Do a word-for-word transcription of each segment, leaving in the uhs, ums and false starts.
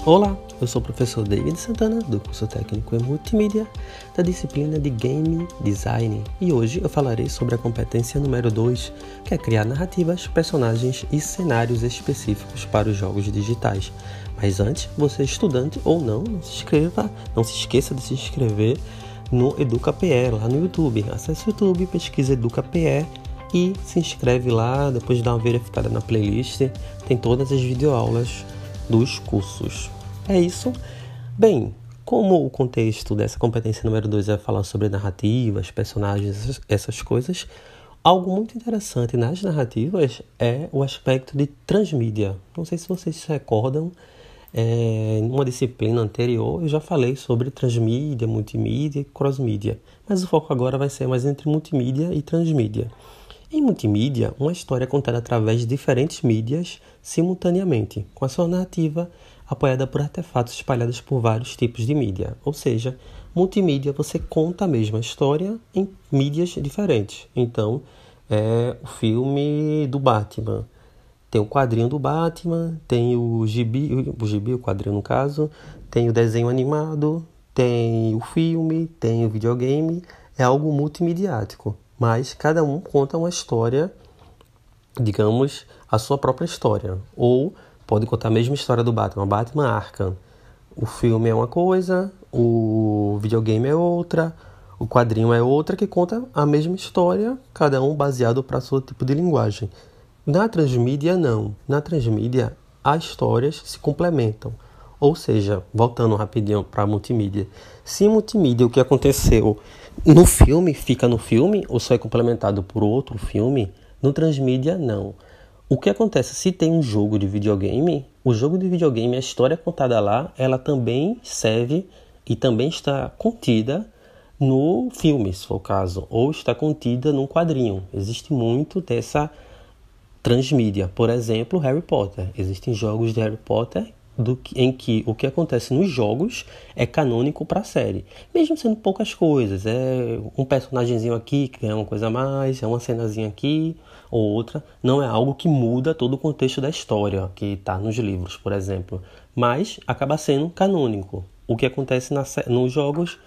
Olá, eu sou o professor David Santana, do curso técnico em multimídia, da disciplina de Game Design, e hoje eu falarei sobre a competência número dois, que é criar narrativas, personagens e cenários específicos para os jogos digitais. Mas antes, você estudante ou não, não se inscreva, não se esqueça de se inscrever no EducaPE, lá no YouTube. Acesse o YouTube, pesquisa EducaPE e se inscreve lá, depois dá uma verificada na playlist, tem todas as videoaulas dos cursos. É isso. Bem, como o contexto dessa competência número dois é falar sobre narrativas, personagens, essas coisas, algo muito interessante nas narrativas é o aspecto de transmídia. Não sei se vocês se recordam, é, em uma disciplina anterior eu já falei sobre transmídia, multimídia e crossmídia, mas o foco agora vai ser mais entre multimídia e transmídia. Em multimídia, uma história é contada através de diferentes mídias simultaneamente, com a sua narrativa apoiada por artefatos espalhados por vários tipos de mídia. Ou seja, multimídia você conta a mesma história em mídias diferentes. Então, é o filme do Batman. Tem o quadrinho do Batman, tem o gibi, o gibi, o quadrinho no caso, tem o desenho animado, tem o filme, tem o videogame. É algo multimediático, mas cada um conta uma história, digamos, a sua própria história. Ou pode contar a mesma história do Batman, Batman Arkham. O filme é uma coisa, o videogame é outra, o quadrinho é outra, que conta a mesma história, cada um baseado para seu tipo de linguagem. Na transmídia, não. Na transmídia, as histórias se complementam. Ou seja, voltando rapidinho para a multimídia. Se em multimídia o que aconteceu no filme fica no filme, ou só é complementado por outro filme, no transmídia, não. O que acontece se tem um jogo de videogame, o jogo de videogame, a história contada lá, ela também serve e também está contida no filme, se for o caso, ou está contida num quadrinho. Existe muito dessa transmídia. Por exemplo, Harry Potter. Existem jogos de Harry Potter do que, em que o que acontece nos jogos é canônico para a série. Mesmo sendo poucas coisas. É um personagemzinho aqui que ganha uma coisa a mais, é uma cenazinha aqui ou outra. Não é algo que muda todo o contexto da história que está nos livros, por exemplo. Mas acaba sendo canônico. O que acontece na, nos jogos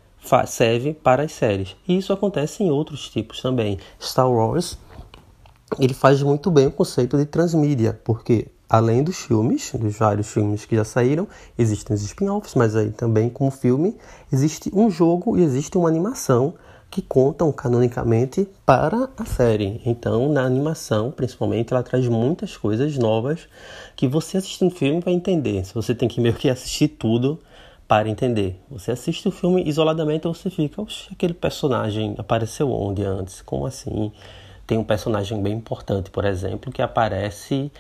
serve para as séries. E isso acontece em outros tipos também. Star Wars, ele faz muito bem o conceito de transmídia, porque além dos filmes, dos vários filmes que já saíram, existem os spin-offs, mas aí também como filme, existe um jogo e existe uma animação que contam canonicamente para a série. Então, na animação, principalmente, ela traz muitas coisas novas que você assistindo o filme vai entender. Se você tem que meio que assistir tudo para entender. Você assiste o filme isoladamente e você fica, oxe, aquele personagem apareceu onde antes? Como assim? Tem um personagem bem importante, por exemplo, que aparece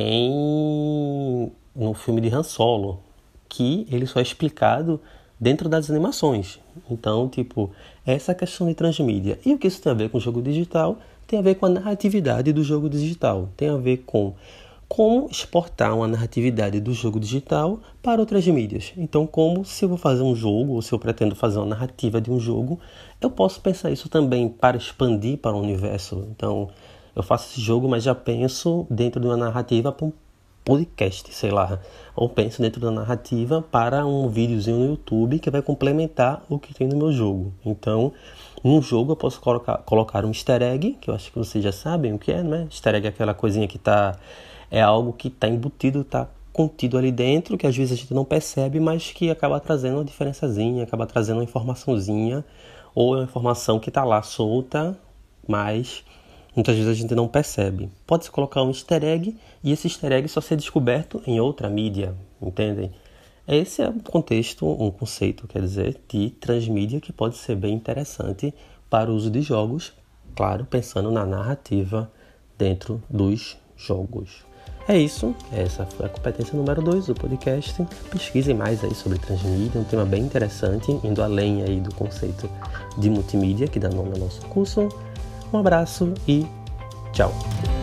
em no filme de Han Solo, que ele só é explicado dentro das animações. Então, tipo, essa questão de transmídia. E o que isso tem a ver com o jogo digital? Tem a ver com a narratividade do jogo digital. Tem a ver com como exportar uma narratividade do jogo digital para outras mídias. Então, como se eu vou fazer um jogo, ou se eu pretendo fazer uma narrativa de um jogo, eu posso pensar isso também para expandir para o universo. Então, eu faço esse jogo, mas já penso dentro de uma narrativa para um podcast, sei lá. Ou penso dentro da narrativa para um videozinho no YouTube que vai complementar o que tem no meu jogo. Então, num jogo eu posso colocar, colocar um easter egg, que eu acho que vocês já sabem o que é, né? Easter egg é aquela coisinha que tá... é algo que está embutido, está contido ali dentro, que às vezes a gente não percebe, mas que acaba trazendo uma diferençazinha, acaba trazendo uma informaçãozinha, ou uma informação que está lá solta, mas muitas vezes a gente não percebe. Pode-se colocar um easter egg e esse easter egg só ser descoberto em outra mídia, entendem? Esse é um contexto, um conceito, quer dizer, de transmídia que pode ser bem interessante para o uso de jogos, claro, pensando na narrativa dentro dos jogos. É isso, essa foi a competência número dois do podcast. Pesquisem mais aí sobre transmídia, um tema bem interessante, indo além aí do conceito de multimídia que dá nome ao nosso curso. Um abraço e tchau!